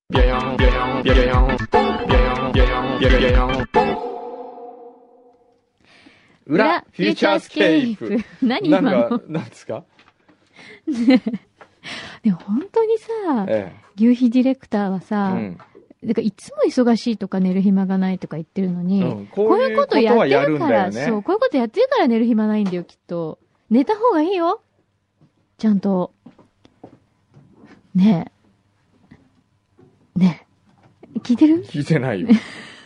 裏フューチャースケープ。 何今の。 なんですか？ でも本当にさ、牛皮ディレクターはさ、だからいつも忙しいとか寝る暇がないとか言ってるのに、こういうことやってるから、そう、こういうことやってるから寝る暇ないんだよ、きっと。寝た方がいいよ。ちゃんと。ねえ。ねえ。聞いてる？ 聞いてないよ。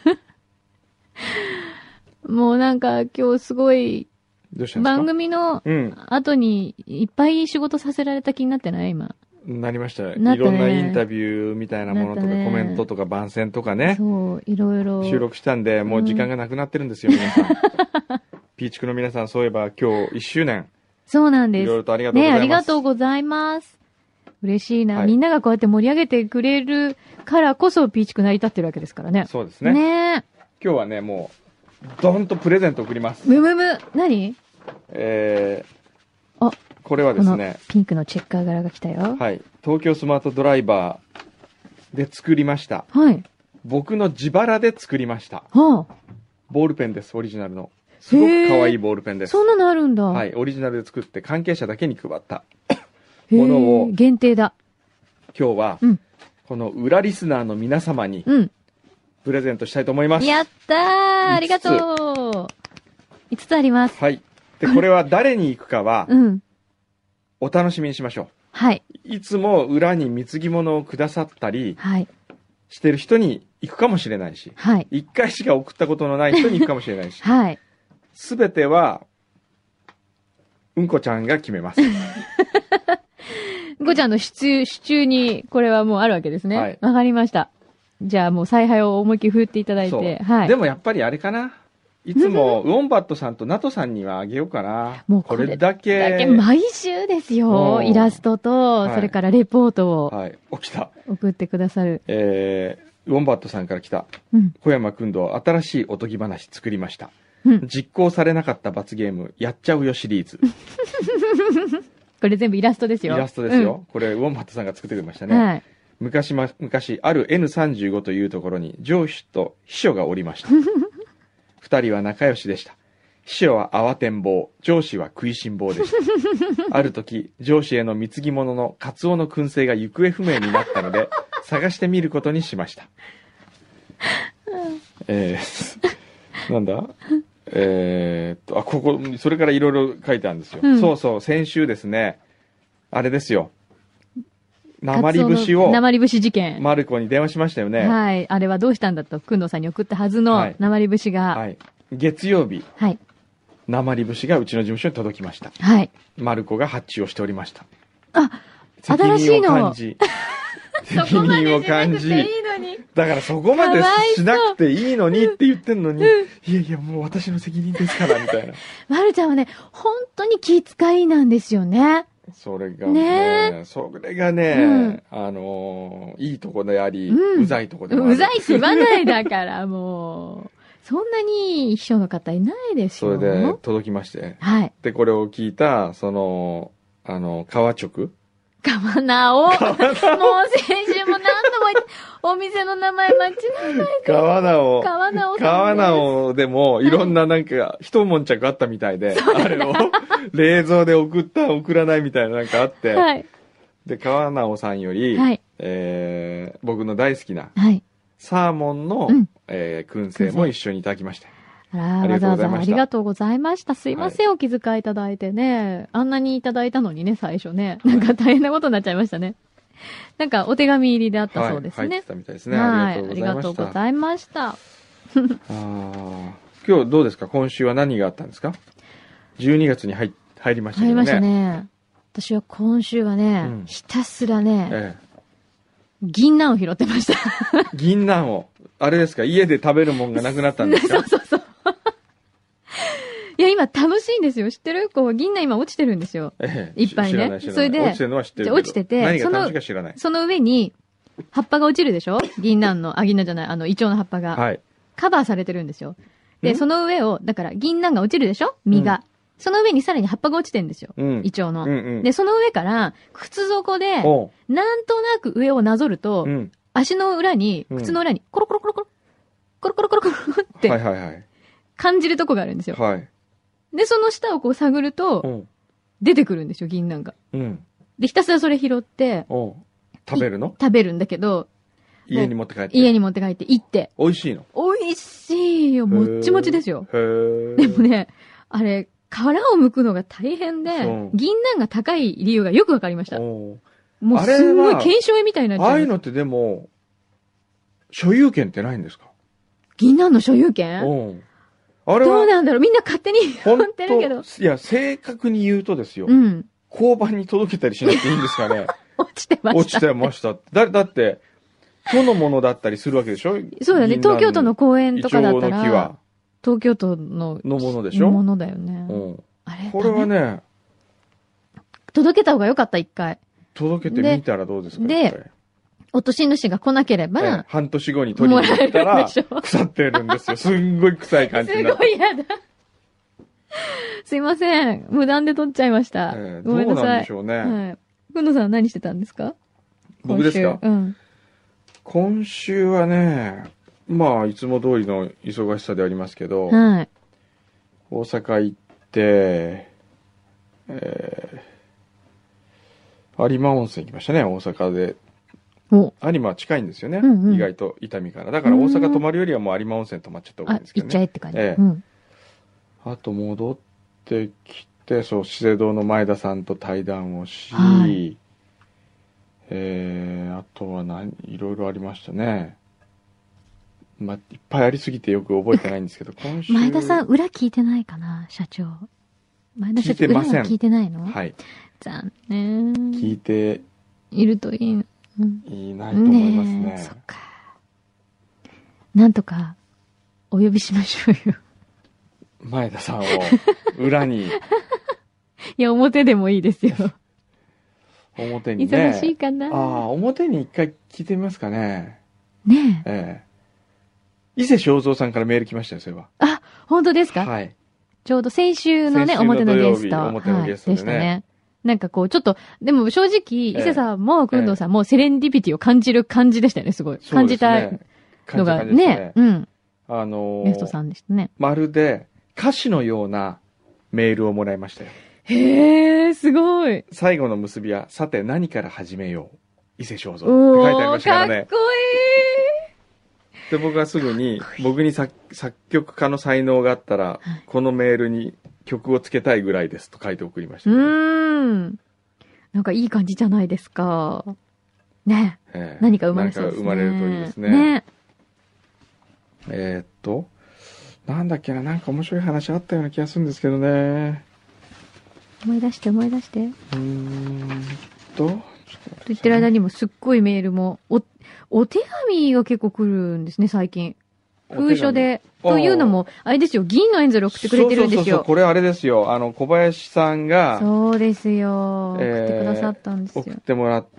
もうなんか今日すごい、 どうしたんですか？ 番組の後にいっぱい仕事させられた気になってない今。 なりました。 なったね。 いろんなインタビューみたいなものとか、コメントとか番宣とかね。 そう、いろいろ。 収録したんで、もう時間がなくなってるんですよ、皆さん。ピーチクの皆さん、そういえば今日1周年。 そうなんです。 いろいろとありがとうございます。 ね、ありがとうございます。嬉しいな、みんながこうやって盛り上げてくれるからこそ、ピーチク成り立ってるわけですからね。 そうですね。 ね。 今日はね、もう、ドーンとプレゼント送ります。 何？ これはですね、 ピンクのチェッカー柄が来たよ。 はい。東京スマートドライバーで作りました。 はい。 僕の自腹で作りました。 はあ。 ボールペンです、オリジナルの。すごく可愛いボールペンです。 そんなのあるんだ。 はい。オリジナルで作って関係者だけに配ったものを。 限定だ。 今日は、この裏リスナーの皆様に、プレゼントしたいと思います。 やったー、ありがとう。5つあります。 はい。で、これは誰に行くかは、お楽しみにしましょう。 はい。 いつも裏に貢ぎ物をくださったり、 はい。 してる人に行くかもしれないし、 はい。 1回しか送ったことのない人に行くかもしれないし、 はい。 すべては、うんこちゃんが決めます。 うんこちゃんの手中に、これはもうあるわけですね。はい。わかりました。じゃあもう采配を思いっきり振っていただいて。はい。 でもやっぱりあれかな。いつも、ウォンバットさんとナトさんにはあげようかな。もうこれだけ。 毎週ですよ。イラストと、それからレポートを。 はい。起きた。 送ってくださる。 ウォンバットさんから来た。小山くんど新しいおとぎ話作りました。実行されなかった罰ゲーム、やっちゃうよシリーズ。 これ全部イラストですよ。 イラストですよ。これ、ウォンバットさんが作ってくれましたね。はい。昔、ある N35 というところに上司と秘書がおりました。二人は仲良しでした。秘書は慌てんぼう、上司は食いしん坊でした。ある時、上司への貢ぎ物のカツオの燻製が行方不明になったので、探してみることにしました。なんだここ、それからいろいろ書いてあるんですよ。そうそう、先週ですね、あれですよ。鉛節を、 鉛節事件。 マルコに電話しましたよね。 はい。あれはどうしたんだと、くんのさんに送ったはずの鉛節が。 はい。月曜日。 はい。 鉛節がうちの事務所に届きました。 はい。 マルコが発注をしておりました。 あ、新しいの。 責任を感じ。だからそこまでしなくていいのにって言ってんのに、いやいやもう私の責任ですから、みたいな。 まるちゃんはね、本当に気遣いなんですよね。 それがね、それがね、いいとこであり、うざいとこでもある。 うざいって言わないだから、もう。そんなに秘書の方いないですよ。 それで届きまして。 はい。 で、これを聞いた、川直川直。もう先週も何度も言って、お店の名前間違えないで。 川直。 川直でも、いろんななんか、一悶着あったみたいで、あれを、冷蔵で送らないみたいななんかあって、はい。で、川直さんより、はい。僕の大好きな、はい。サーモンの、燻製も一緒にいただきました。 ありがとうございました。ありがとうございました。すいません、はい、お気遣いいただいてね。あんなにいただいたのにね、最初ね。なんか大変なことになっちゃいましたね。なんかお手紙入りであったそうですね。 入ってたみたいですね。 はい。ありがとうございました。 今日どうですか？今週は何があったんですか？12月に入りましたけどね。入りましたね。 私は今週はね、ひたすらね、銀杏を拾ってました。 銀杏を。あれですか？家で食べるもんがなくなったんですか？ そう。いや、今楽しいんですよ。知ってる？銀杏今落ちてるんですよ。いっぱいね。それで、 落ちてるのは知ってるけど。 落ちてて、 何が楽しいか知らない。 その上に、葉っぱが落ちるでしょ？銀杏の、銀杏じゃない、イチョウの葉っぱが。はい。カバーされてるんですよ。で、その上を、だから、銀杏が落ちるでしょ？実が。その上にさらに葉っぱが落ちてるんですよ。イチョウの。で、その上から、靴底で、なんとなく上をなぞると、 足の裏に、靴の裏に、コロコロコロコロ、コロコロコロコロって、感じるとこがあるんですよ。はい。で、その下をこう探ると、出てくるんですよ、銀杏が。うん。で、ひたすらそれ拾って、 食べるの？ 食べるんだけど、 家に持って帰って。 家に持って帰って、行って。 美味しいの？ 美味しいよ。もっちもちですよ。へー。でもね、あれ、殻を剥くのが大変で、銀杏が高い理由がよくわかりました。もうすんごい検証絵みたいになっちゃう。 ああいうのってでも、所有権ってないんですか？ 銀杏の所有権？あれはどうなんだろう、みんな勝手に持ってるけど。 いや、正確に言うとですよ。うん。交番に届けたりしなくていいんですかね。 落ちてました。 落ちてました。だって、都のものだったりするわけでしょ？ そうだね。東京都の公園とかだったら、東京都のものでしょ？ものだよね。うん。あれこれはね、 届けた方がよかった、一回。 届けてみたらどうですか？ で、落とし主が来なければ、 半年後に取りに行ったら、腐ってるんですよ。すんごい臭い感じになって。 すごい嫌だ。すいません。無断で取っちゃいました。ごめんなさい。どうなんでしょうね。はい。 くんのさんは何してたんですか？ 僕ですか？うん。今週はね、まあ、いつも通りの忙しさでありますけど、はい。大阪行って、有馬温泉行きましたね、大阪で。有馬は近いんですよね、うんうん、意外と伊丹から。だから大阪泊まるよりはもう有馬温泉泊まっちゃった方がいいんですけどね。 行っちゃえって感じ。 あと戻ってきて、そう、資生堂の前田さんと対談をし、はい、あとはいろいろありましたね。まあ、いっぱいありすぎてよく覚えてないんですけど、今週。 前田さん、裏聞いてないかな、社長。前田社長、裏は聞いてないの？ はい。 残念。 聞いているといいの。 いないと思いますね。 そっか。なんとか、お呼びしましょうよ。 前田さんを、裏に。いや、表でもいいですよ。 表にね。 忙しいかな。 ああ、表に一回聞いてみますかね。 ねえ。 伊勢正三さんからメール来ましたよ、それは。 あ、本当ですか？ はい。 ちょうど先週のね、表のゲスト。 表のゲストでしたね。 なんかこう、ちょっと、でも正直、伊勢さんも、くんどうさんもセレンディピティを感じる感じでしたよね、すごい。感じたのがね、うん。ゲストさんでしたね。 まるで歌詞のようなメールをもらいましたよ。 へー、すごい。 最後の結びは、さて何から始めよう。伊勢正三って書いてありましたからね。 かっこいい。で、僕はすぐに、僕に作曲家の才能があったら、このメールに曲をつけたいぐらいですと書いて送りました、 なんかいい感じじゃないですか。ね。何か生まれそうですね。 何か生まれるといいですね。なんだっけな、なんか面白い話あったような気がするんですけどね。 思い出して。と言ってる間にもすっごいメールも、お手紙が結構来るんですね、最近。封書で。というのも、あれですよ、銀のエンゼル送ってくれてるんですよ。そう、 これあれですよ、小林さんが。 そうですよ。送ってくださったんですよ。 送ってもらって、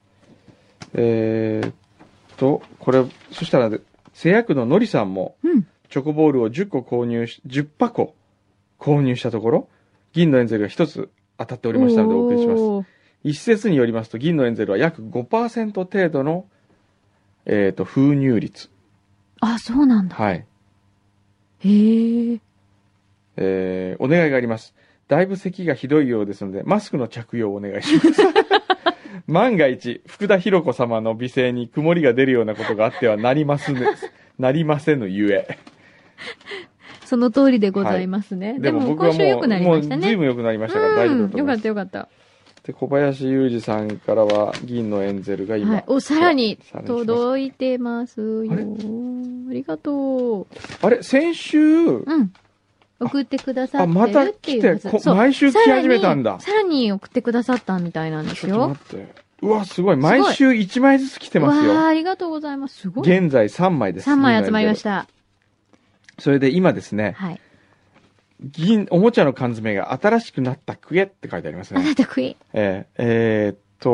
これ、そしたら、製薬ののりさんも、チョコボールを10箱購入したところ、銀のエンゼルが1つ当たっておりましたのでお送りします。一説によりますと、銀のエンゼルは約 5% 程度の、封入率。 あ、そうなんだ。 はい。 へえ。お願いがあります。だいぶ咳がひどいようですので、マスクの着用をお願いします。万が一、福田博子様の美声に曇りが出るようなことがあってはなりませぬゆえ。 その通りでございますね。はい、でも今週良くなりましたね。 随分良くなりましたから大丈夫だと思います。 よかった。で、 小林裕二さんからは銀のエンゼルが今。 はい、さらに届いてますよ。ありがとう。 あれ先週、 送ってくださってるまた来て、毎週来始めたんだ。 さらに送ってくださったみたいなんですよ。 ちょっと待って。うわ、すごい。毎週1枚ずつ来てますよ。 ありがとうございます。すごい。 現在3枚です。 3枚集まりました。 それで今ですね。はい。おもちゃの缶詰が新しくなったクエって書いてありますね。 なったクエ。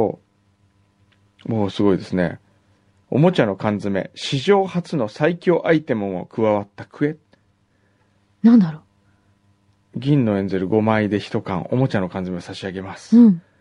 もうすごいですね。おもちゃの缶詰、史上初の最強アイテムも加わったクエ。 なんだろう。 銀のエンゼル5枚で1缶、おもちゃの缶詰を差し上げます。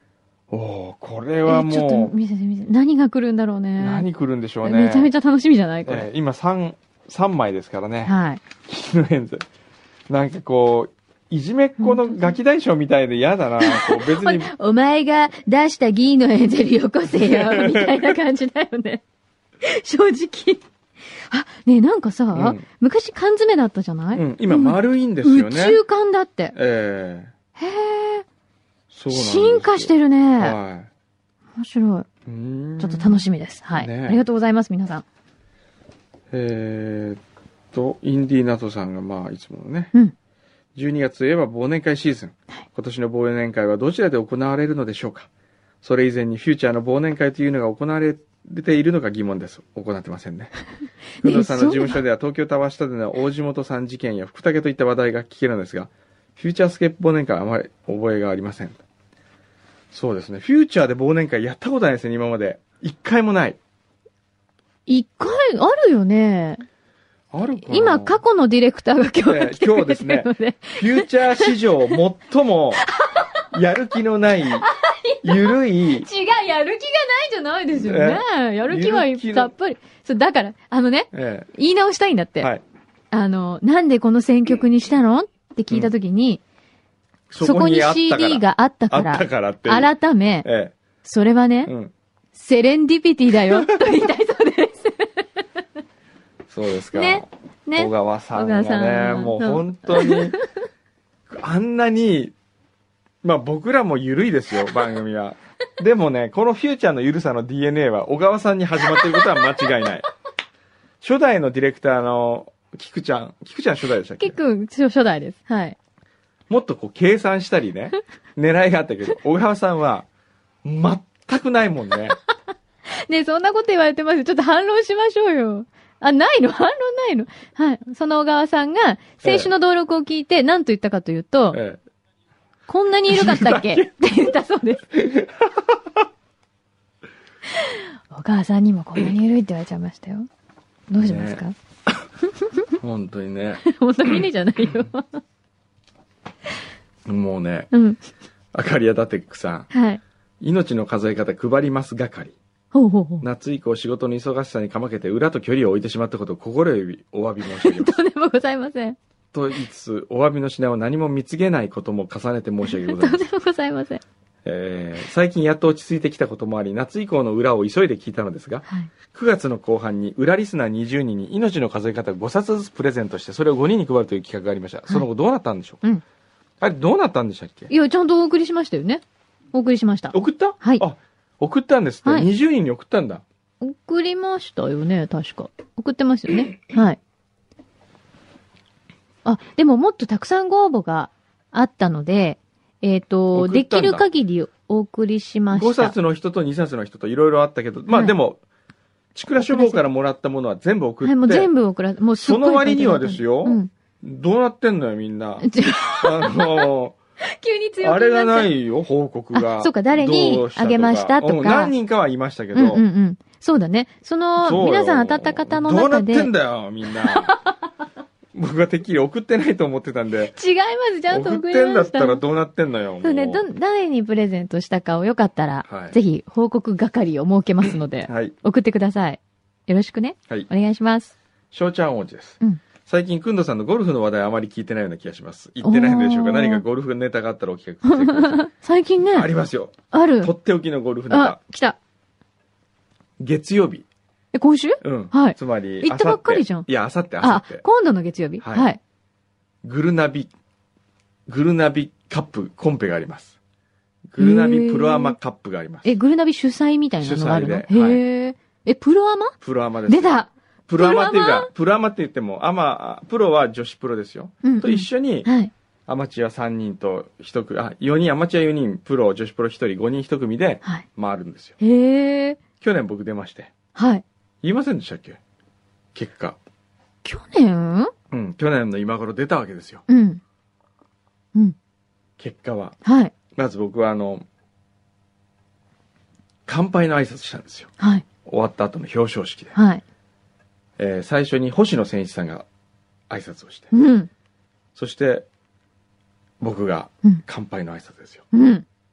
おー、これはもう。 ちょっと見せて。何が来るんだろうね。 何来るんでしょうね。 めちゃめちゃ楽しみじゃないこれ。 今3枚ですからね。 はい。 キヌエンズ。なんかこう、いじめっ子のガキ大将みたいで嫌だな。こう別に。 お前が出したギーのエンゼルよこせよ、みたいな感じだよね。正直。あ、ねえ、なんかさ、昔缶詰だったじゃない？ 今丸いんですよね。 宇宙缶だって。 へえ。 そうなんですよ。進化してるね。はい。面白い。ちょっと楽しみです。はい。ありがとうございます、皆さん。 インディーナトさんがまあ、いつものね。12月といえば忘年会シーズン。今年の忘年会はどちらで行われるのでしょうか。それ以前にフューチャーの忘年会というのが行われているのか疑問です。行ってませんね。工藤さんの事務所では東京タワー下での大地元さん事件や福武といった話題が聞けるのですが、フューチャースケープ忘年会はあまり覚えがありません。そうですね。フューチャーで忘年会やったことないですね、今まで。一回もない。 一回あるよね。 あるかな。 今、過去のディレクターが今日ですね、フューチャー史上最もやる気のない、ゆるい。違う、 やる気がないじゃないですよね。やる気はたっぷり。そう、だから、言い直したいんだって。はい。なんでこの選曲にしたのって聞いたときに、そこに CD があったから、改め、それはね、セレンディピティだよ、と言いたいそうです。 そうですか。ね。小川さんがね、もう本当に、あんなに、まあ僕らも緩いですよ、番組は。でもね、このフューチャーの緩さの DNA は小川さんに始まっていることは間違いない。初代のディレクターの菊ちゃん初代でしたっけ？ 初代です。はい。 もっとこう計算したりね、狙いがあったけど、小川さんは、全くないもんね。 ね、そんなこと言われてますよ。ちょっと反論しましょうよ。反論ないの。はい。その小川さんが、先週の登録を聞いて、何と言ったかというと、こんなに緩かったっけって言ったそうです。小川さんにもこんなに緩いって言われちゃいましたよ。どうしますか？ね、 本当にね。 本当にねじゃないよ。 もうね、アカリアダテックさん。 はい。 命の数え方配ります係。夏以降仕事の忙しさにかまけて裏と距離を置いてしまったことを心よりお詫び申し上げます。 とんでもございません。 と言いつつ、お詫びの品を何も見つげないことも重ねて申し訳ございません。 とんでもございません。 最近やっと落ち着いてきたこともあり、夏以降の裏を急いで聞いたのですが、9月の後半に裏リスナー20人に命の数え方5冊ずつプレゼントして、それを5人に配るという企画がありました。その後どうなったんでしょうか？あれどうなったんでしたっけ？ いや、ちゃんとお送りしましたよね。お送りしました。 送った？ はい。 あ、送ったんですって。20人に送ったんだ。 送りましたよね、確か。送ってますよね。はい。あ、でももっとたくさんご応募があったので、できる限りお送りしました。 5冊の人と2冊の人といろいろあったけど、まあでも、ちくら書房からもらったものは全部送って。 はい、もう全部送らもうその割にはですよ、どうなってんのよ、みんな。 急に強くなっちゃう。 あれがないよ、報告が。 そうか、誰にあげましたとか。 何人かは言いましたけど。 そうだね。皆さん当たった方の中で。 どうなってんだよ、みんな。僕がてっきり送ってないと思ってたんで。 違います、ちゃんと送りました。送ってんだったらどうなってんのよ。 そうね、誰にプレゼントしたかをよかったら、ぜひ報告係を設けますので、送ってください。よろしくね。はい。お願いします。 翔ちゃん王子です。最近、くんどさんのゴルフの話題あまり聞いてないような気がします。言ってないんでしょうか？何かゴルフネタがあったらお聞かせください。 最近ね。 ありますよ。 ある。 とっておきのゴルフネタ。 あ、来た。 月曜日。 今週？はい。 つまり、 行ったばっかりじゃん。 いや、あさって。 今度の月曜日。はい。 グルナビカップコンペがあります。グルナビプロアマカップがあります。 グルナビ主催みたいなのがあるの？へえ。プロアマ？ プロアマです。 出た！ プロアマっていうか、プロアマって言っても、プロは女子プロですよ。と一緒に、アマチュア3人と4人、アマチュア4人、プロ、女子プロ1人、5人1組で回るんですよ。 へえ。 去年僕出まして。 はい。 言いませんでしたっけ？結果。 去年？ 去年の今頃出たわけですよ。結果は。 はい。 まず僕は乾杯の挨拶したんですよ。 はい。 終わった後の表彰式で。 はい。 最初に星野千一さんが挨拶をして。そして、僕が乾杯の挨拶ですよ。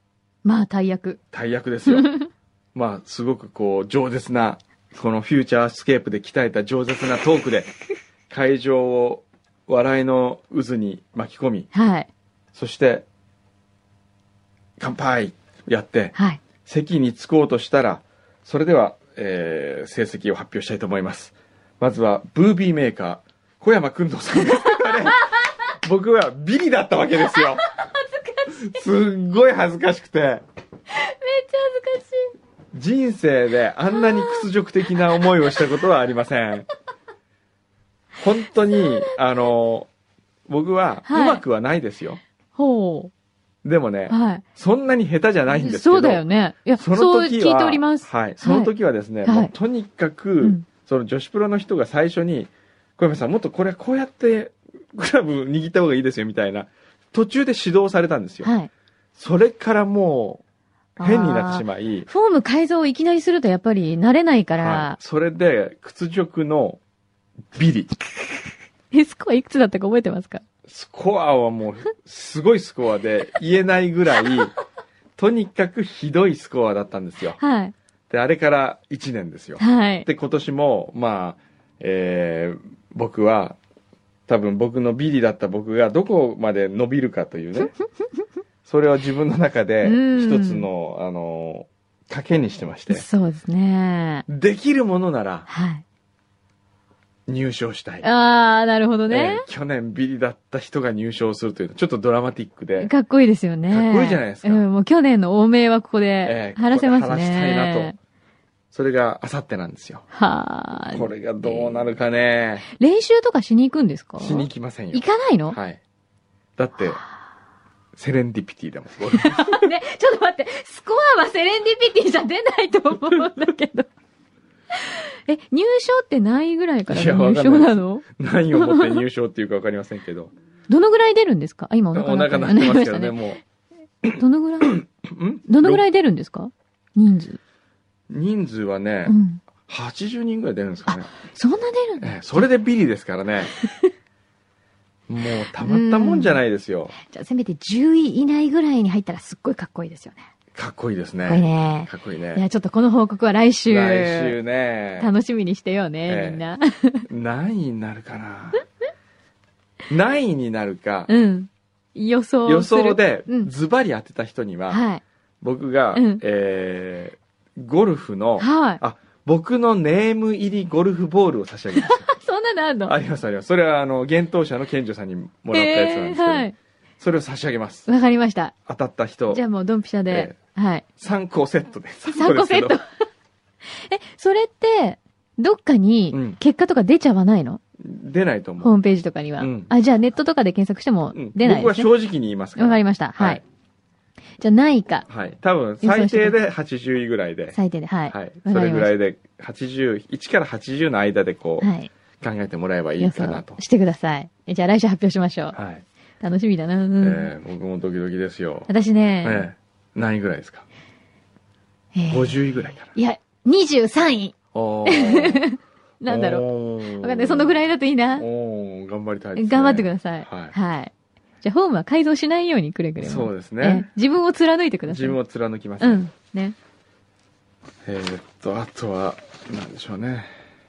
まあ、大役。 大役ですよ。まあ、すごくこう、饒舌な、このフューチャースケープで鍛えた饒舌なトークで、会場を笑いの渦に巻き込み、 はい。 そして、乾杯やって、 はい。 席に着こうとしたら、それでは、成績を発表したいと思います。まずは、ブービーメーカー、小山君堂さんですからね。僕はビリだったわけですよ。 恥ずかしい。 すっごい恥ずかしくて。 めっちゃ恥ずかしい。 人生であんなに屈辱的な思いをしたことはありません。本当に、僕はうまくはないですよ。 ほう。でもね、 はい、 そんなに下手じゃないんですけど。 そうだよね。いや、その時はそう聞いております。 はい。その時はですね、もうとにかく、その女子プロの人が最初に、小山さんもっとこれこうやってクラブ握った方がいいですよみたいな、途中で指導されたんですよ。はい。それからもう、変になってしまい。 フォーム改造をいきなりするとやっぱり慣れないから。はい、 それで、屈辱のビリ。 スコアいくつだったか覚えてますか？ スコアはもう、すごいスコアで言えないぐらい、とにかくひどいスコアだったんですよ。はい。で、あれから1年ですよ。はい。で、今年も、まあ、僕は、多分僕のビリだった僕がどこまで伸びるかというね。それを自分の中で一つの、賭けにしてまして。 そうですね。 できるものなら、はい。入賞したい。 ああ、なるほどね、 去年ビリだった人が入賞するというの、ちょっとドラマティックで。 かっこいいですよね。 かっこいいじゃないですか。 もう去年の汚名はここで晴らせますね。晴らしたいなと。 それがあさってなんですよ。はあ。これがどうなるかね。 練習とかしに行くんですか？ しに行きませんよ。 行かないの？ はい。だって、セレンディピティだもん。ね、ちょっと待って、スコアはセレンディピティじゃ出ないと思うんだけど。入賞って何位ぐらいから入賞なの？ 何をもって入賞っていうかわかりませんけど。 どのぐらい出るんですか？あ、今お腹鳴ってますけどね、もう。どのぐらいどのぐらい出るんですか？人数。 人数はね、80人ぐらい出るんですかね。 そんな出るんだ。 それでビリですからね。もうたまったもんじゃないですよ。 じゃあせめて10位以内ぐらいに入ったらすっごいかっこいいですよね。 かっこいいですね。 かっこいいね。 かっこいいね。 いや、ちょっとこの報告は来週。 来週ね。 楽しみにしてよね、みんな。 何位になるかな。何位になるか。 うん。予想で、ズバリ当てた人には、はい、僕が、ゴルフの、はい、僕のネーム入りゴルフボールを差し上げます。 そんなのあるの？ ありますあります。それは幻冬舎の賢者さんにもらったやつなんですけど、はい、それを差し上げます。 わかりました。 当たった人。 じゃあもうドンピシャで。はい。 3個セットです。 3個セット。それって、どっかに結果とか出ちゃわないの？ 出ないと思う。 ホームページとかには。じゃあネットとかで検索しても出ないですね。 僕は正直に言いますから。 わかりました。はい。じゃあないか。 はい。多分最低で80位ぐらいで。 最低で、はい。 はい。それぐらいで、1から80の間でこう、考えてもらえばいいかなと。 してください。じゃあ来週発表しましょう。はい。楽しみだな。 僕もドキドキですよ。 私ね。 何位ぐらいですか？50位ぐらいかな。 いや、23位。なんだろう。わかんない。そのぐらいだといいな。 頑張りたいですね。 頑張ってください。はい。じゃあ、ホームは改造しないようにくれぐれも。 そうですね。 自分を貫いてください。 自分を貫きます。 うん。ね。 あとは、なんでしょうね。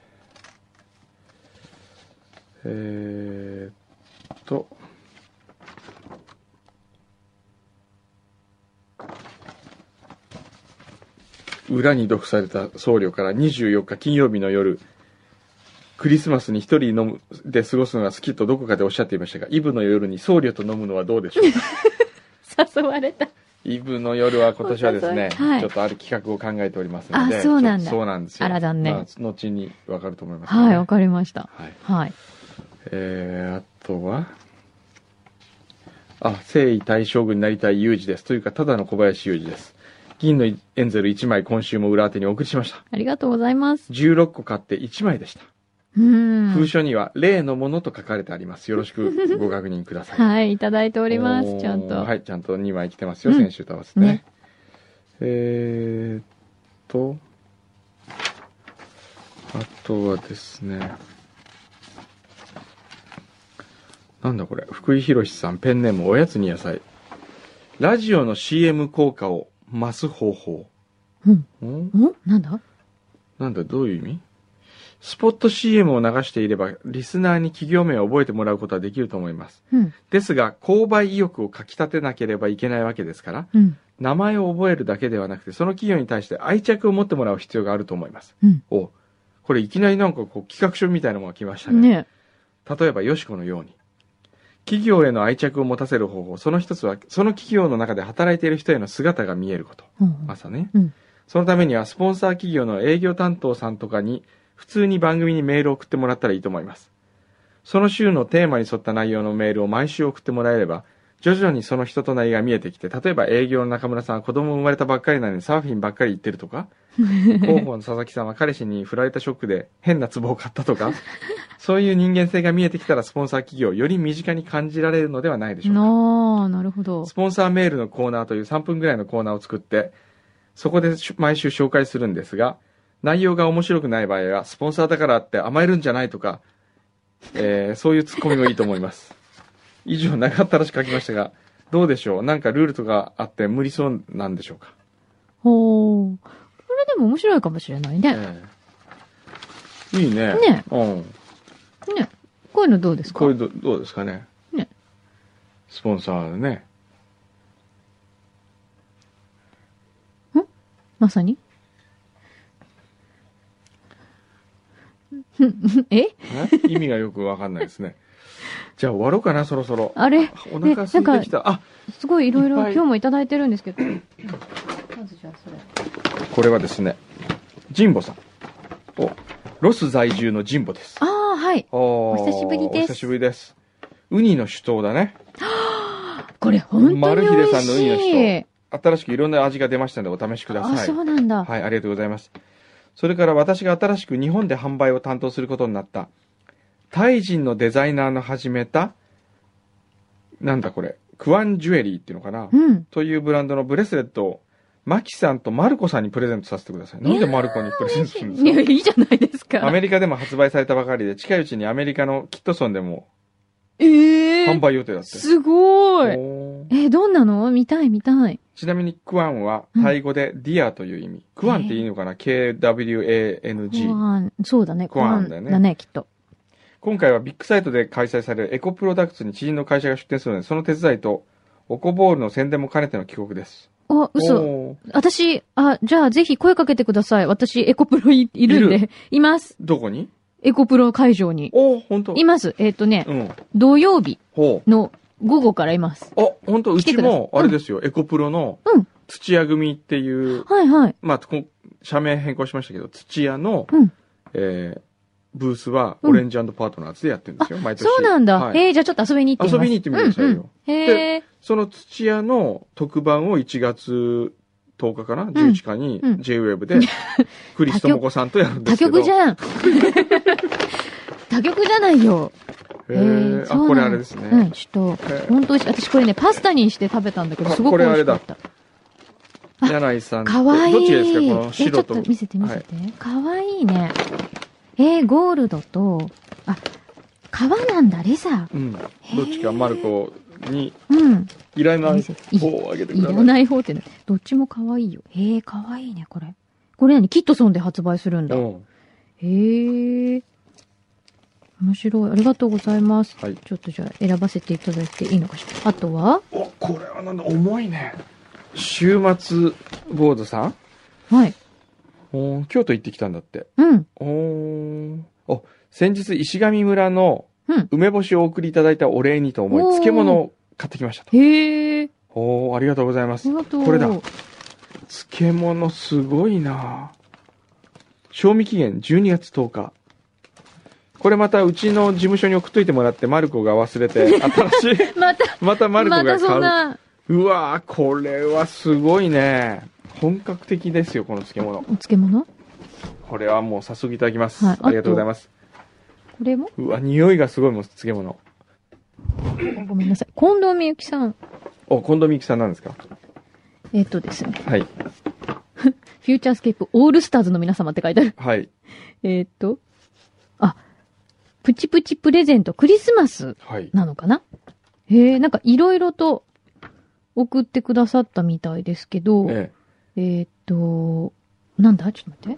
裏に読された僧侶から24日金曜日の夜、クリスマスに一人で過ごすのが好きとどこかでおっしゃっていましたが、イブの夜に僧侶と飲むのはどうでしょうか？ 誘われた。 イブの夜は今年はですね、ちょっとある企画を考えておりますので。 そうなんだ。 そうなんですよ。 あら残念。 後にわかると思います。 はい、わかりました。はい。 あとは、征夷大将軍になりたい有事です。というか、ただの小林有事です。銀のエンゼル1枚今週も裏当てにお送りしました。 ありがとうございます。 16個買って1枚でした。封書には例のものと書かれてあります。よろしくご確認ください。 はい、いただいております。ちゃんと。 はい、ちゃんと2枚来てますよ、先週と合わせてね。あとはですね、なんだこれ、福井博さん、ペンネームおやつに野菜。ラジオの CM 効果を増す方法。 なんだどういう意味？スポット CM を流していれば、リスナーに企業名を覚えてもらうことはできると思います。ですが、購買意欲をかき立てなければいけないわけですから、名前を覚えるだけではなくて、その企業に対して愛着を持ってもらう必要があると思います。これいきなり企画書みたいなのが来ましたね。例えば、よしこのように。企業への愛着を持たせる方法、その一つは、その企業の中で働いている人への姿が見えること。朝ね。そのためには、スポンサー企業の営業担当さんとかに、普通に番組にメールを送ってもらったらいいと思います。その週のテーマに沿った内容のメールを毎週送ってもらえれば、徐々にその人となりが見えてきて、例えば営業の中村さんは子供生まれたばっかりなのにサーフィンばっかり行ってるとか、広報の佐々木さんは彼氏に振られたショックで変な壺を買ったとか、そういう人間性が見えてきたらスポンサー企業をより身近に感じられるのではないでしょうか。 なるほど。 スポンサーメールのコーナーという3分ぐらいのコーナーを作って、そこで毎週紹介するんですが、内容が面白くない場合は、スポンサーだからって甘えるんじゃないとか、そういうツッコミもいいと思います。以上、長ったらしく書きましたが、どうでしょう？なんかルールとかあって無理そうなんでしょうか？ これでも面白いかもしれないね。 いいね。 ね。ね。こういうのどうですか？ こういうのどうですかね。 ね。 スポンサーね。 まさに意味がよくわかんないですね。じゃあ終わろうかな、そろそろ。 あれお腹空いてきた。 すごいいろいろ今日もいただいてるんですけど。まずじゃあそれ。 これはですね、神保さん。ロス在住の神保です。 はい。お久しぶりです。 お久しぶりです。ウニの酒盗だね。 これ本当に美味しい。 マルヒデさんのウニの酒盗。新しくいろんな味が出ましたのでお試しください。 そうなんだ。 はい、ありがとうございます。それから私が新しく日本で販売を担当することになったタイ人のデザイナーの始めたクワンジュエリーっていうのかな、というブランドのブレスレットをマキさんとマルコさんにプレゼントさせてください。なんでマルコにプレゼントするんですか？ いや、いいじゃないですか。 アメリカでも発売されたばかりで、近いうちにアメリカのキットソンでも販売予定だって。 すごい。どんなの？見たい。 ちなみにクワンはタイ語でディアという意味。クワンっていいのかな？ KWANG。 クワン、そうだね。 クワンだよね。 だね、きっと。 今回はビッグサイトで開催されるエコプロダクツに知人の会社が出展するので、その手伝いとオコボールの宣伝も兼ねての帰国です。 嘘。私、じゃあぜひ声かけてください。私、エコプロいるんで。います。 どこに？ エコプロ会場に。 本当？ います。土曜日の午後からいます。 本当？うちも、あれですよ、エコプロの土屋組っていう、社名変更しましたけど、土屋の、ブースはオレンジ&パートナーズでやってるんですよ、毎年。 そうなんだ。じゃあちょっと遊びに行ってみます。 遊びに行ってみてくださいよ。で、その土屋の特番を1月10日かな ?11 日に J-Wave で、クリストモコさんとやるんですけど。 他局じゃん。他局じゃないよ。 これあれですね。 ちょっと、本当私これね、パスタにして食べたんだけど、すごく美味しかった。 柳井さん。 かわいい。 どっちですかこの白と。 ちょっと見せて。かわいいね。ゴールドと、革なんだ、レザー。 どっちかマルコに、いらない方をあげてください。 いらない方ってね、どっちもかわいいよ。かわいいね、これ。これ何？キットソンで発売するんだ。面白い。ありがとうございます。ちょっとじゃあ選ばせていただいていいのかしら。あとはこれはなんだ、重いね。週末ボードさん？ はい。 京都行ってきたんだって。先日石上村の梅干しをお送りいただいたお礼にと思い、漬物を買ってきましたと。ありがとうございます。これだ。漬物すごいな。賞味期限12月10日。これまたうちの事務所に送っといてもらって、マルコが忘れて、新しい。またマルコが買う。うわー、これはすごいね。本格的ですよ、この漬物。 お漬物？ これはもう早速いただきます。ありがとうございます。 これも？ うわ、匂いがすごいもん、漬物。 ごめんなさい。近藤美由紀さん。 近藤美由紀さんなんですか？ ですね。 はい。 フューチャースケープオールスターズの皆様って書いてある。 はい。 プチプチプレゼントクリスマスなのかな？なんかいろいろと送ってくださったみたいですけど、 なんだちょっと待って。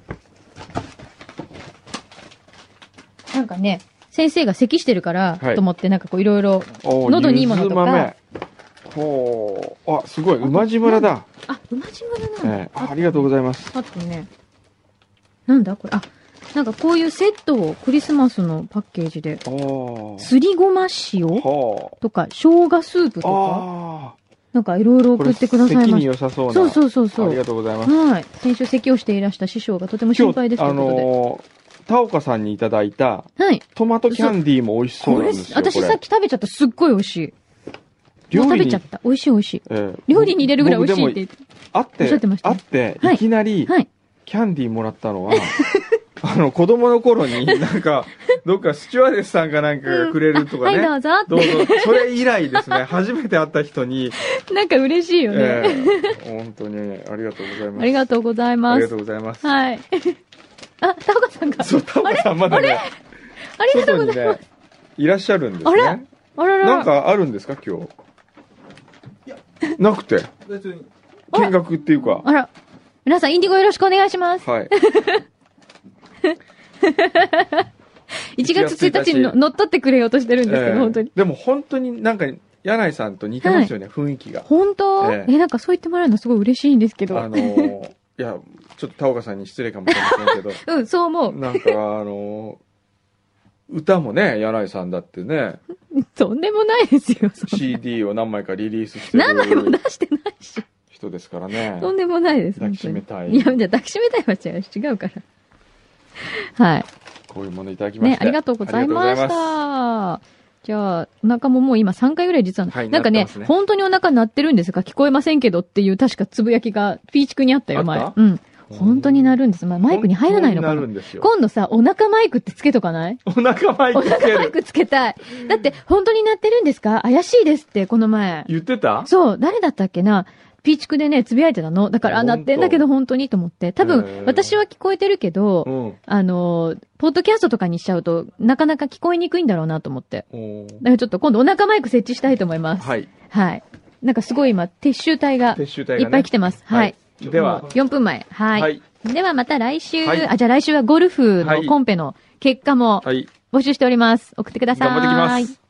なんかね、先生が咳してるから、と思って、なんかこういろいろ、喉にいいものとか。 ほう。あ、すごい。馬路村だ。 あ、馬路村なんだ。ありがとうございます。 あとね、なんだこれ。あ、なんかこういうセットをクリスマスのパッケージで。すりごま塩とか、生姜スープとか。なんかいろいろ送ってくださいました。 咳に良さそうな。そう。ありがとうございます。 はい。先週咳をしていらした師匠がとても心配ですということで。 田岡さんにいただいた、トマトキャンディーも美味しそうなんですよ。 私さっき食べちゃった。すっごい美味しい。料理食べちゃった。美味しい美味しい。料理に入れるぐらい美味しいっておっしゃってました。 あって、いきなり、キャンディーもらったのは、子供の頃になんか、どっかスチュワーデスさんかなんかがくれるとかね。 はい、どうぞ。 どうぞ。それ以来ですね。初めて会った人に。 なんか嬉しいよね。 本当にありがとうございます。 ありがとうございます。 ありがとうございます。 はい。あ、田岡さんが。 そう、田岡さんまだね。 ありがとうございます。 いらっしゃるんですね。 あらら。 なんかあるんですか今日。なくて。見学っていうか。 あら。皆さん、インディゴよろしくお願いします。 はい。 1月1日に乗っ取ってくれようとしてるんですけど、本当に。 でも本当になんか、柳井さんと似てますよね、雰囲気が。 本当？なんかそう言ってもらえるのすごい嬉しいんですけど。 いや、ちょっと田岡さんに失礼かもしれませんけど。 うん、そう思う。 なんか歌もね、柳井さんだってね。 とんでもないですよ、 CD を何枚かリリースしてる。 何枚も出してないし。 人ですからね。 とんでもないです。 抱きしめたい。 いや、じゃあ抱きしめたいは違うから。はい。 こういうものいただきました。 ね、ありがとうございました。じゃあ、お腹ももう今3回ぐらい実は、なんかね、本当にお腹鳴ってるんですが、聞こえませんけどっていう確かつぶやきが、ピーチクにあったよ、前。うん。本当になるんです。まあ、マイクに入らないのかな。今度さ、お腹マイクってつけとかない？ お腹マイクつける。 お腹マイクつけたい。だって、本当になってるんですか？怪しいですって、この前。 言ってた？ そう、誰だったっけな。ピーチクでね、つぶやいてたの。だから、なってんだけど本当にと思って。多分、私は聞こえてるけど、ポッドキャストとかにしちゃうと、なかなか聞こえにくいんだろうなと思って。だからちょっと今度お腹マイク設置したいと思います。 はい。 はい。なんかすごい今、撤収隊がいっぱい来てます。はい。 では、 4分前。はい。ではまた来週、じゃあ来週はゴルフのコンペの結果も募集しております。送ってください。 頑張ってきます。